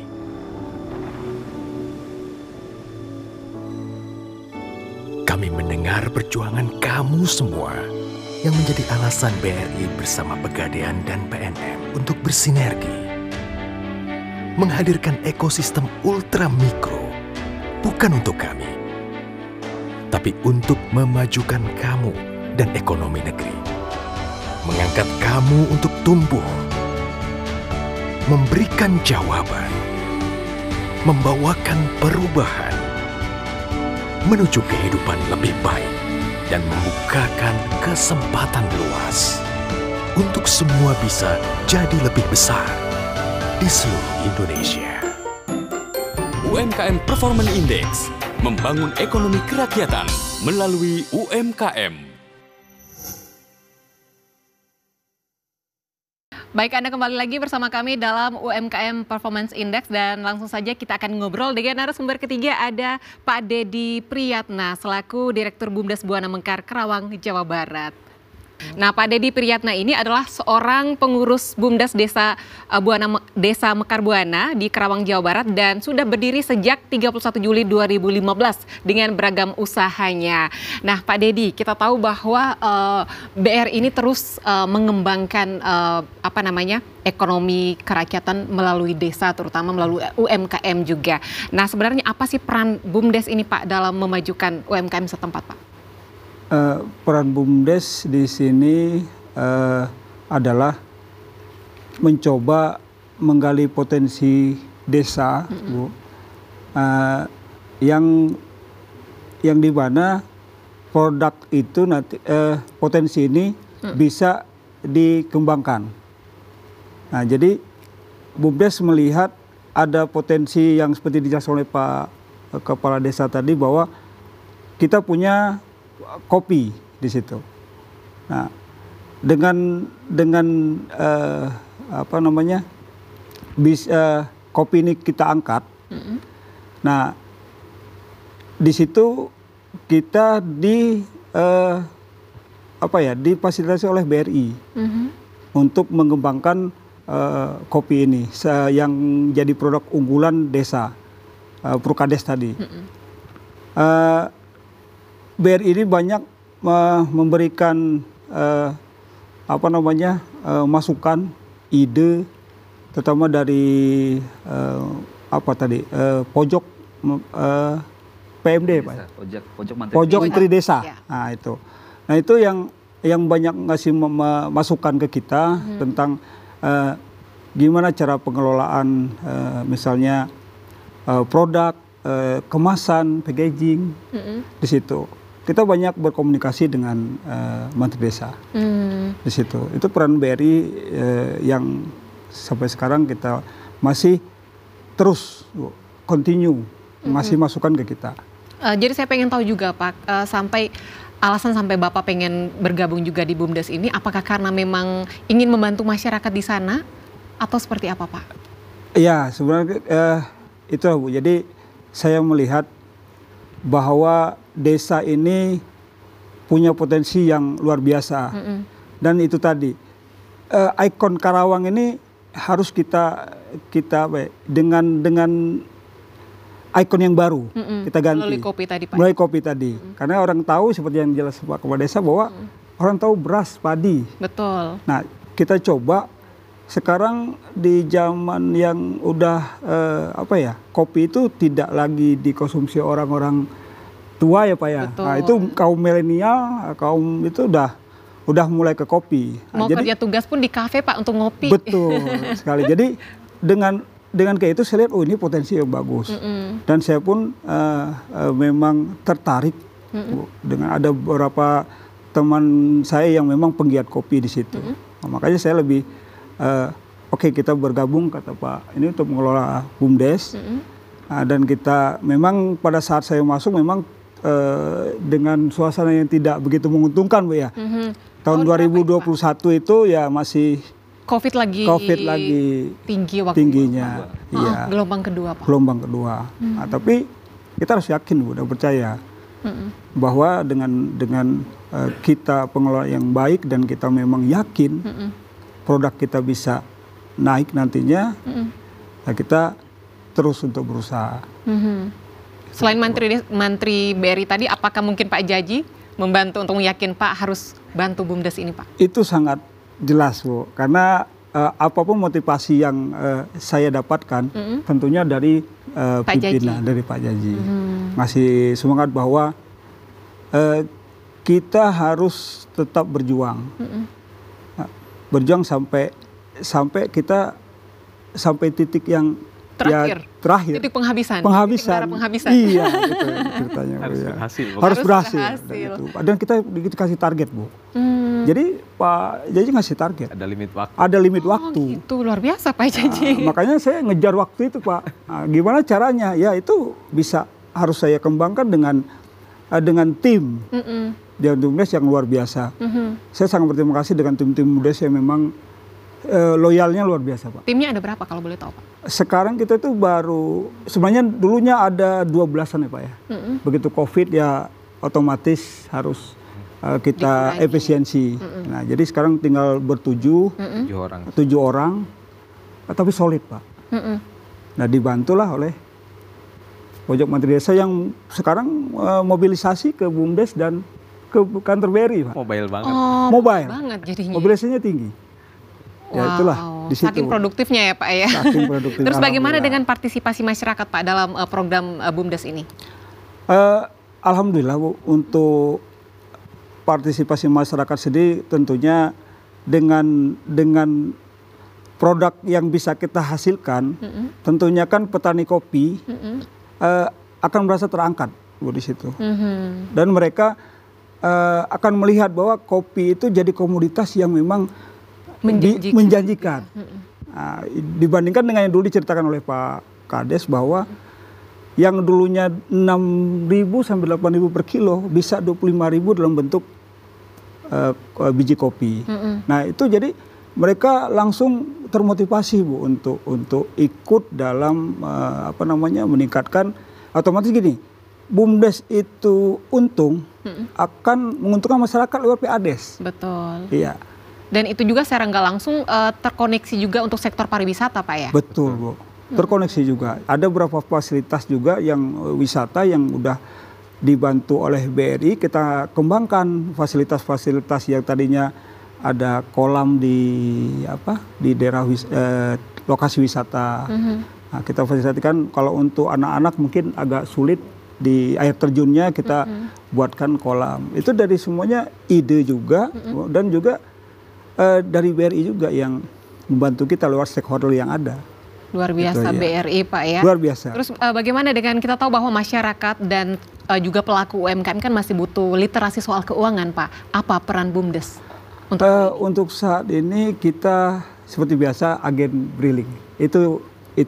B: Kami mendengar perjuangan kamu semua yang menjadi alasan BRI bersama Pegadaian dan PNM untuk bersinergi, menghadirkan ekosistem ultra mikro, bukan untuk kami, tapi untuk memajukan kamu dan ekonomi negeri. Mengangkat kamu untuk tumbuh, memberikan jawaban, membawakan perubahan, menuju kehidupan lebih baik, dan membukakan kesempatan luas untuk semua bisa jadi lebih besar di seluruh Indonesia.
A: UMKM Performance Index, membangun ekonomi kerakyatan melalui UMKM.
C: Baik, Anda kembali lagi bersama kami dalam UMKM Performance Index, dan langsung saja kita akan ngobrol dengan narasumber ketiga. Ada Pak Dedi Priyatna selaku Direktur BUMDes Buana Mekar, Karawang, Jawa Barat. Nah, Pak Dedi Priyatna ini adalah seorang pengurus BUMDes Desa Mekar Buana di Karawang, Jawa Barat, dan sudah berdiri sejak 31 Juli 2015 dengan beragam usahanya. Nah, Pak Dedi, kita tahu bahwa BRI ini terus mengembangkan ekonomi kerakyatan melalui desa, terutama melalui UMKM juga. Nah, sebenarnya apa sih peran BUMDes ini, Pak, dalam memajukan UMKM setempat, Pak?
H: Peran BUMDes di sini adalah mencoba menggali potensi desa, Bu, yang di mana produk itu nanti potensi ini bisa dikembangkan. Nah, jadi BUMDes melihat ada potensi yang seperti dijelaskan oleh Pak Kepala Desa tadi, bahwa kita punya kopi di situ. Nah, dengan kopi ini kita angkat. Nah, di situ kita difasilitasi oleh BRI untuk mengembangkan kopi ini yang jadi produk unggulan desa, Prukades tadi. BRI ini banyak memberikan masukan, ide, terutama dari pojok PMD, Pak. Pojok Menteri Desa. Nah, itu. Nah, itu yang banyak ngasih masukan ke kita tentang gimana cara pengelolaan misalnya produk, kemasan, packaging di situ. Kita banyak berkomunikasi dengan Menteri Desa di situ. Itu peran BRI yang sampai sekarang kita masih terus continue masih masukan ke kita.
C: Jadi saya pengen tahu juga, Pak, alasan sampai Bapak pengen bergabung juga di BUMDes ini, apakah karena memang ingin membantu masyarakat di sana atau seperti apa, Pak?
H: Iya, sebenarnya itu, Bu. Jadi saya melihat bahwa desa ini punya potensi yang luar biasa. Dan itu tadi, ikon Karawang ini harus kita dengan ikon yang baru kita ganti.
C: Melalui kopi tadi, Pak.
H: Melalui kopi tadi. Karena orang tahu, seperti yang jelas Pak Kepala Desa, bahwa orang tahu beras, padi.
C: Betul.
H: Nah, kita coba sekarang di zaman yang udah kopi itu tidak lagi dikonsumsi orang-orang tua ya, Pak ya.
C: Betul.
H: Nah, itu kaum milenial, kaum itu udah udah mulai ke kopi.
C: Mau kerja tugas pun di kafe Pak untuk ngopi.
H: Betul sekali. Jadi dengan kayak itu saya lihat ini potensi yang bagus. Dan saya pun memang tertarik dengan ada beberapa teman saya yang memang penggiat kopi di situ. Nah, makanya saya lebih oke, kita bergabung kata Pak ini untuk mengelola BUMDes. Dan kita memang pada saat saya masuk memang dengan suasana yang tidak begitu menguntungkan Bu ya. Tahun 2021 itu ya masih COVID lagi tingginya. Iya.
C: Gelombang kedua Pak.
H: Gelombang kedua. Nah, tapi kita harus yakin Bu, udah percaya bahwa dengan kita pengelola yang baik dan kita memang yakin produk kita bisa naik nantinya, ya kita terus untuk berusaha.
C: Selain Menteri BRI tadi, apakah mungkin Pak Djaji membantu untuk meyakin Pak harus bantu BUMDes ini Pak?
H: Itu sangat jelas Bu, karena apapun motivasi yang saya dapatkan, tentunya dari pimpinan, dari Pak Djaji. Ngasih semangat bahwa kita harus tetap berjuang. Berjuang sampai kita sampai titik yang terakhir.
C: Titik penghabisan.
H: Iya, gitu ceritanya. Harus berhasil. Dan kita dikasih target Bu. Jadi Pak Djaji ngasih target. Ada limit waktu.
C: Itu luar biasa Pak Djaji.
H: Makanya saya ngejar waktu itu Pak. Gimana caranya? Ya itu harus saya kembangkan dengan tim di BUMDes yang luar biasa. Saya sangat berterima kasih dengan tim-tim BUMDes yang memang loyalnya luar biasa Pak.
C: Timnya ada berapa kalau boleh tahu Pak?
H: Sekarang kita itu baru, sebenarnya dulunya ada 12-an ya Pak ya. Begitu COVID ya otomatis harus kita efisiensi. Nah jadi sekarang tinggal bertujuh, 7 orang, tapi solid Pak. Nah dibantulah oleh Pojok Menteri Desa yang sekarang mobilisasi ke BUMDes dan ke kantor BRI Pak.
G: Mobile banget.
H: Mobile
C: banget jadinya.
H: Mobilisasinya tinggi. Ya itulah di situ.
C: Saking produktifnya ya Pak ya.
H: Saking produktifnya.
C: Terus bagaimana dengan partisipasi masyarakat Pak dalam program BUMDes ini?
H: Alhamdulillah Bu, untuk partisipasi masyarakat sendiri tentunya dengan produk yang bisa kita hasilkan, tentunya kan petani kopi akan merasa terangkat Bu di situ. Dan mereka akan melihat bahwa kopi itu jadi komoditas yang memang menjanjikan. Nah, dibandingkan dengan yang dulu diceritakan oleh Pak Kades bahwa yang dulunya 6.000 sampai 8.000 per kilo bisa 25.000 dalam bentuk biji kopi. Nah itu jadi mereka langsung termotivasi Bu untuk ikut dalam meningkatkan. Otomatis gini, BUMDes itu untung akan menguntungkan masyarakat lewat PADes.
C: Betul.
H: Iya.
C: Dan itu juga secara nggak langsung terkoneksi juga untuk sektor pariwisata Pak ya?
H: Betul Bu, terkoneksi juga. Ada beberapa fasilitas juga yang wisata yang udah dibantu oleh BRI. Kita kembangkan fasilitas-fasilitas yang tadinya ada kolam di daerah lokasi wisata. Nah, kita fasilitasikan kalau untuk anak-anak mungkin agak sulit di air terjunnya kita buatkan kolam. Itu dari semuanya ide juga dan juga dari BRI juga yang membantu kita lewat stakeholder yang ada.
C: Luar biasa gitu, ya. BRI Pak ya.
H: Luar biasa.
C: Terus bagaimana dengan kita tahu bahwa masyarakat dan juga pelaku UMKM kan masih butuh literasi soal keuangan Pak. Apa peran BUMDes?
H: Untuk saat ini kita seperti biasa agen briling. Itu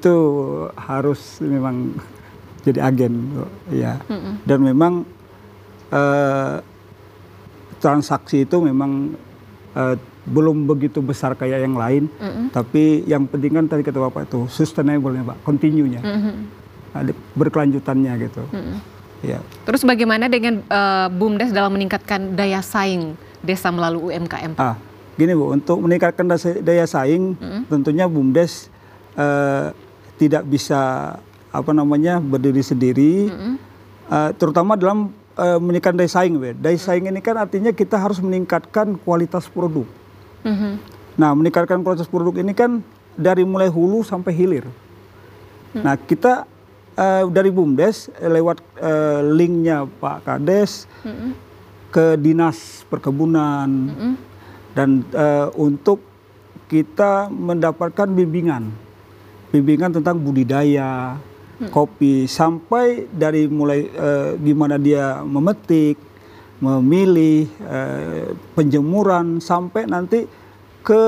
H: harus memang jadi agen ya. Dan memang transaksi itu memang belum begitu besar kayak yang lain, tapi yang penting kan tadi kata Bapak itu sustainable-nya Pak, continue-nya, berkelanjutannya gitu. Ya.
C: Terus bagaimana dengan BUMDes dalam meningkatkan daya saing desa melalui UMKM?
H: Gini Bu, untuk meningkatkan daya saing, tentunya BUMDes tidak bisa berdiri sendiri, terutama dalam meningkatkan daya saing. Daya saing ini kan artinya kita harus meningkatkan kualitas produk. Nah, meningkatkan kualitas produk ini kan dari mulai hulu sampai hilir. Nah, kita dari BUMDes lewat linknya Pak Kades ke Dinas Perkebunan, Dan untuk kita mendapatkan bimbingan tentang budidaya kopi, sampai dari mulai gimana dia memetik, memilih, penjemuran, sampai nanti ke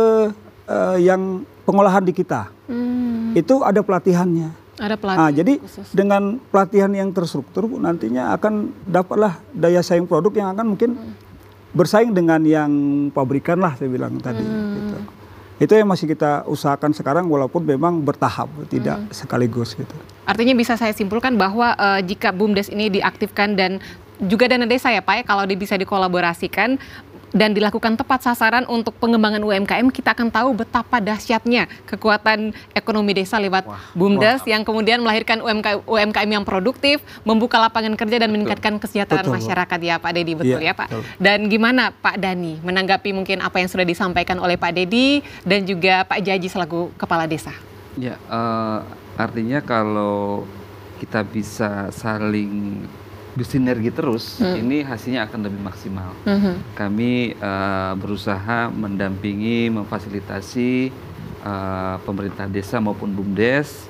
H: yang pengolahan di kita. Itu ada pelatihannya.
C: Ada pelatihan
H: Jadi
C: khusus.
H: dengan pelatihan yang terstruktur nantinya akan dapatlah daya saing produk yang akan mungkin bersaing dengan yang pabrikan lah, saya bilang tadi. Gitu. Itu yang masih kita usahakan sekarang, walaupun memang bertahap, tidak sekaligus gitu.
C: Artinya bisa saya simpulkan bahwa jika BUMDes ini diaktifkan dan juga dana desa ya Pak ya, kalau bisa dikolaborasikan dan dilakukan tepat sasaran untuk pengembangan UMKM, kita akan tahu betapa dahsyatnya kekuatan ekonomi desa lewat BUMDes yang kemudian melahirkan UMKM yang produktif, membuka lapangan kerja dan meningkatkan kesejahteraan masyarakat ya Pak Dedi, betul ya Pak? Betul. Dan gimana Pak Dani menanggapi mungkin apa yang sudah disampaikan oleh Pak Dedi dan juga Pak Jaji selaku Kepala Desa?
D: Ya, artinya kalau kita bisa saling bersinergi terus, ini hasilnya akan lebih maksimal. Kami berusaha mendampingi, memfasilitasi pemerintah desa maupun BUMDes,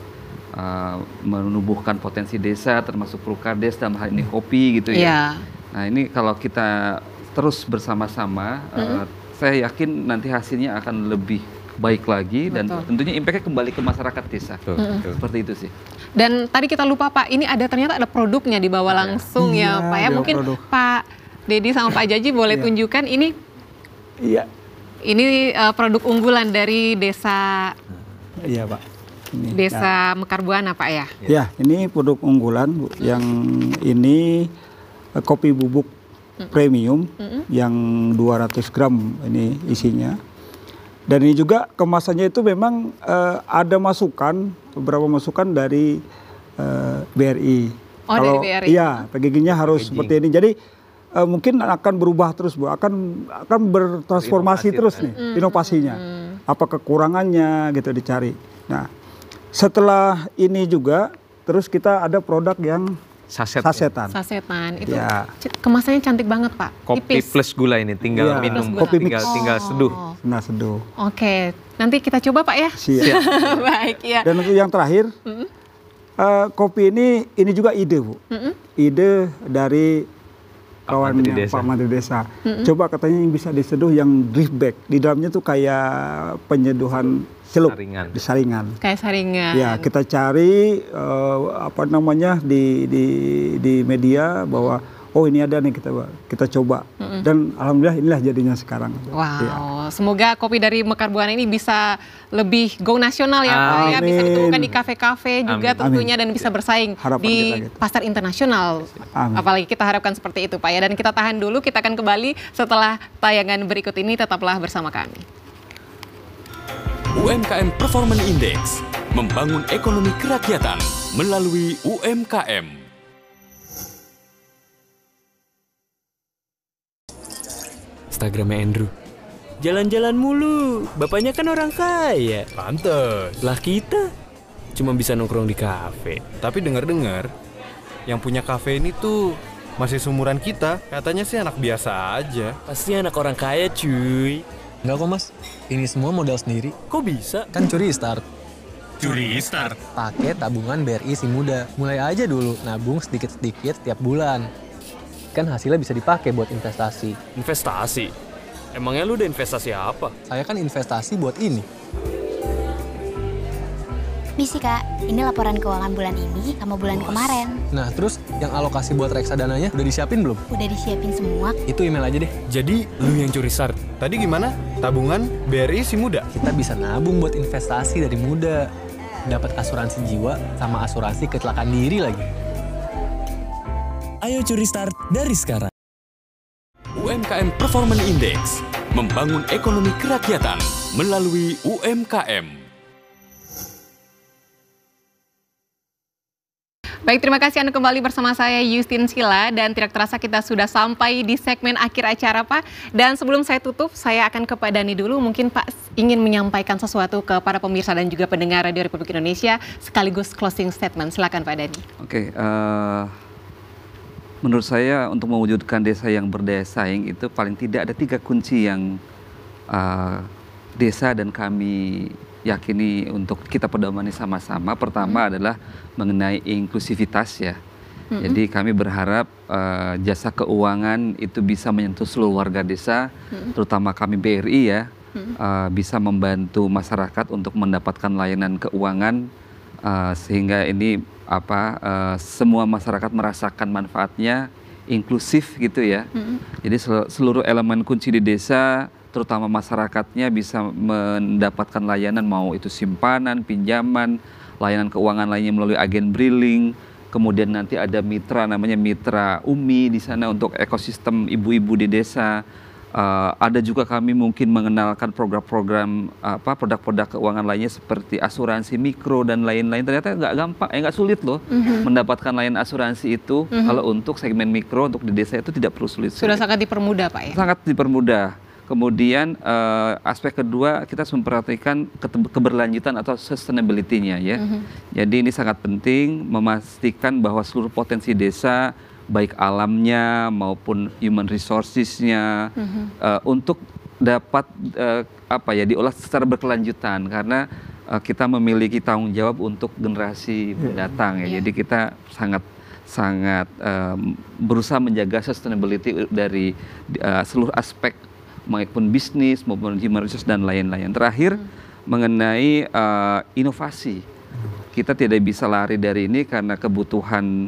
D: menumbuhkan potensi desa, termasuk Prukades dalam hal ini kopi gitu ya. Nah ini kalau kita terus bersama-sama, saya yakin nanti hasilnya akan lebih baik lagi dan tentunya impact-nya kembali ke masyarakat desa. Seperti itu sih.
C: Dan tadi kita lupa Pak, ini ternyata ada produknya dibawa langsung ya Pak ya. Mungkin produk. Pak Dedi sama Pak Jaji boleh tunjukkan ini.
H: Iya.
C: Ini produk unggulan dari desa.
H: Iya Pak. Ini,
C: desa Mekar Buana Pak ya.
H: Ya, ini produk unggulan yang ini kopi bubuk premium yang 200 gram ini isinya. Dan ini juga kemasannya itu memang ada beberapa masukan dari BRI.
C: Dari BRI.
H: Iya, packagingnya harus seperti ini. Jadi mungkin akan berubah terus, Bu. Akan bertransformasi terus nih inovasinya. Apa kekurangannya gitu dicari. Nah, setelah ini juga terus kita ada produk yang sasetan.
C: Itu kemasannya cantik banget Pak.
G: Kopi tipis. Plus gula ini tinggal minum, tinggal seduh.
H: Nah, seduh.
C: Oke, nanti kita coba Pak ya.
H: Siap.
C: Baik ya.
H: Dan untuk yang terakhir, kopi ini juga ide Bu. Ide dari kawannya Pak Menteri Desa. Coba katanya yang bisa diseduh yang drift bag. Di dalamnya tuh kayak penyeduhan celup, saringan. Kayak saringan. Ya, kita cari di media bahwa ini ada nih, kita coba. Dan alhamdulillah inilah jadinya sekarang.
C: Wow, semoga kopi dari Mekar Buana ini bisa lebih go nasional ya Pak ya, bisa ditemukan di kafe-kafe juga tentunya dan bisa bersaing di pasar internasional. Apalagi kita harapkan seperti itu Pak ya. Dan kita tahan dulu, kita akan kembali setelah tayangan berikut ini, tetaplah bersama kami.
A: UMKM Performance Index, membangun ekonomi kerakyatan melalui UMKM.
I: Instagramnya Andrew. Jalan-jalan mulu, bapaknya kan orang kaya.
J: Pantes.
I: Lah kita cuma bisa nongkrong di kafe.
J: Tapi dengar-dengar, yang punya kafe ini tuh masih seumuran kita. Katanya sih anak biasa aja.
I: Pasti anak orang kaya cuy.
K: Enggak kok Mas, ini semua modal sendiri.
I: Kok bisa?
K: Kan Curi Start.
J: Curi Start?
K: Pakai tabungan BRI Si Muda. Mulai aja dulu, nabung sedikit-sedikit setiap bulan. Kan hasilnya bisa dipakai buat investasi.
I: Investasi? Emangnya lu udah investasi apa?
K: Saya kan investasi buat ini.
L: Misi Kak, ini laporan keuangan bulan ini sama bulan kemarin.
K: Nah terus yang alokasi buat reksadananya udah disiapin belum?
L: Udah disiapin semua.
K: Itu email aja deh.
I: Jadi lu yang curi start.
J: Tadi gimana? Tabungan BRI Si Muda?
K: Kita bisa nabung buat investasi dari muda. Dapat asuransi jiwa sama asuransi kecelakaan diri lagi.
I: Ayo curi start dari sekarang.
A: UMKM Performance Index, membangun ekonomi kerakyatan melalui UMKM.
C: Baik, terima kasih Anda kembali bersama saya Yustin Sila dan tidak terasa kita sudah sampai di segmen akhir acara Pak. Dan sebelum saya tutup, saya akan ke Pak Dani dulu. Mungkin Pak ingin menyampaikan sesuatu ke para pemirsa dan juga pendengar Radio Republik Indonesia sekaligus closing statement. Silakan Pak Dani.
D: Oke, menurut saya untuk mewujudkan desa yang berdaya saing itu paling tidak ada 3 kunci yang desa dan kami yakini untuk kita pedomani sama-sama. Pertama adalah mengenai inklusivitas ya. Jadi kami berharap jasa keuangan itu bisa menyentuh seluruh warga desa, terutama kami BRI ya, bisa membantu masyarakat untuk mendapatkan layanan keuangan sehingga ini semua masyarakat merasakan manfaatnya, inklusif gitu ya. Jadi seluruh elemen kunci di desa, terutama masyarakatnya bisa mendapatkan layanan, mau itu simpanan, pinjaman, layanan keuangan lainnya melalui agen briling. Kemudian nanti ada mitra namanya Mitra Umi di sana untuk ekosistem ibu-ibu di desa. Ada juga kami mungkin mengenalkan program-program produk-produk keuangan lainnya seperti asuransi mikro dan lain-lain. Ternyata nggak gampang, nggak sulit loh mendapatkan layanan asuransi itu. Kalau untuk segmen mikro untuk di desa itu tidak perlu sulit.
C: Sudah sangat dipermudah Pak ya?
D: Sangat dipermudah. Kemudian aspek kedua kita harus memperhatikan keberlanjutan atau sustainability-nya ya. Jadi ini sangat penting memastikan bahwa seluruh potensi desa baik alamnya maupun human resources-nya untuk dapat diolah secara berkelanjutan karena kita memiliki tanggung jawab untuk generasi mendatang ya. Jadi kita sangat berusaha menjaga sustainability dari seluruh aspek maupun bisnis, maupun human resource dan lain-lain. Terakhir mengenai inovasi, kita tidak bisa lari dari ini karena kebutuhan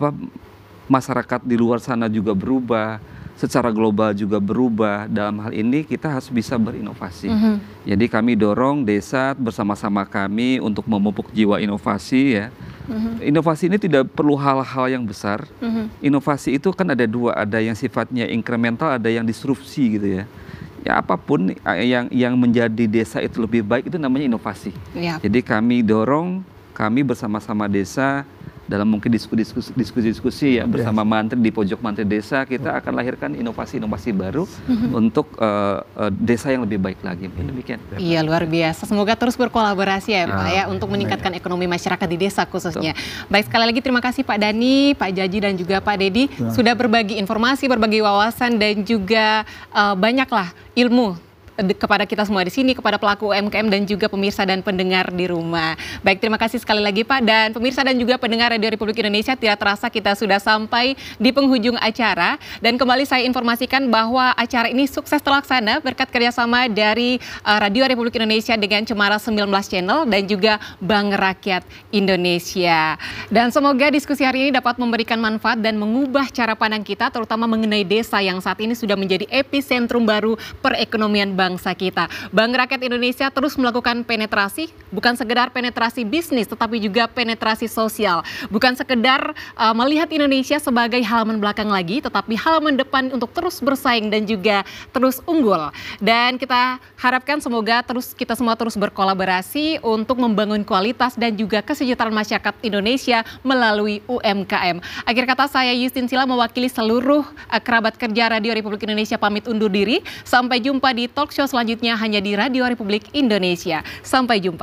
D: masyarakat di luar sana juga berubah, secara global juga berubah. Dalam hal ini kita harus bisa berinovasi. Jadi kami dorong desa bersama-sama kami untuk memupuk jiwa inovasi ya. Inovasi ini tidak perlu hal-hal yang besar. Inovasi itu kan ada dua, ada yang sifatnya incremental, ada yang disrupsi gitu ya. Ya apapun yang menjadi desa itu lebih baik itu namanya inovasi. Jadi kami dorong, kami bersama-sama desa dalam mungkin diskusi ya bersama mantri di pojok mantri desa, kita akan lahirkan inovasi-inovasi baru untuk desa yang lebih baik lagi. Demikian.
C: Iya, luar biasa. Semoga terus berkolaborasi ya Pak ya untuk meningkatkan ekonomi masyarakat di desa khususnya. Baik, sekali lagi terima kasih Pak Dhani, Pak Djaji dan juga Pak Dedi sudah berbagi informasi, berbagi wawasan dan juga banyaklah ilmu kepada kita semua di sini, kepada pelaku UMKM dan juga pemirsa dan pendengar di rumah. Baik, terima kasih sekali lagi Pak, dan pemirsa dan juga pendengar Radio Republik Indonesia, tidak terasa kita sudah sampai di penghujung acara. Dan kembali saya informasikan bahwa acara ini sukses terlaksana berkat kerjasama dari Radio Republik Indonesia dengan Cemara 19 Channel dan juga Bank Rakyat Indonesia. Dan semoga diskusi hari ini dapat memberikan manfaat dan mengubah cara pandang kita, terutama mengenai desa yang saat ini sudah menjadi epicentrum baru perekonomian bangsa kita. Bank Rakyat Indonesia terus melakukan penetrasi, bukan sekedar penetrasi bisnis, tetapi juga penetrasi sosial. Bukan sekedar melihat Indonesia sebagai halaman belakang lagi, tetapi halaman depan untuk terus bersaing dan juga terus unggul. Dan kita harapkan semoga kita semua terus berkolaborasi untuk membangun kualitas dan juga kesejahteraan masyarakat Indonesia melalui UMKM. Akhir kata, saya Yustin Sila mewakili seluruh kerabat kerja Radio Republik Indonesia pamit undur diri. Sampai jumpa di talk show selanjutnya hanya di Radio Republik Indonesia. Sampai jumpa.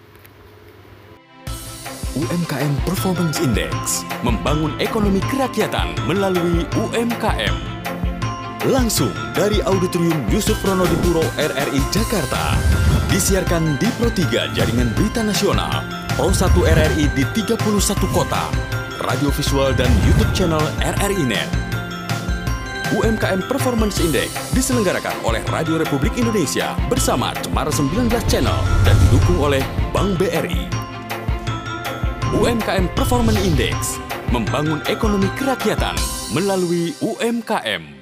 A: UMKM Performance Index, membangun ekonomi kerakyatan melalui UMKM. Langsung dari Auditorium Yusuf Ronodipuro RRI Jakarta. Disiarkan di Pro 3 Jaringan Berita Nasional, Pro 1 RRI di 31 kota, radio visual dan YouTube channel RRI Net. UMKM Performance Index diselenggarakan oleh Radio Republik Indonesia bersama Cemara 19 Channel dan didukung oleh Bank BRI. UMKM Performance Index, membangun ekonomi kerakyatan melalui UMKM.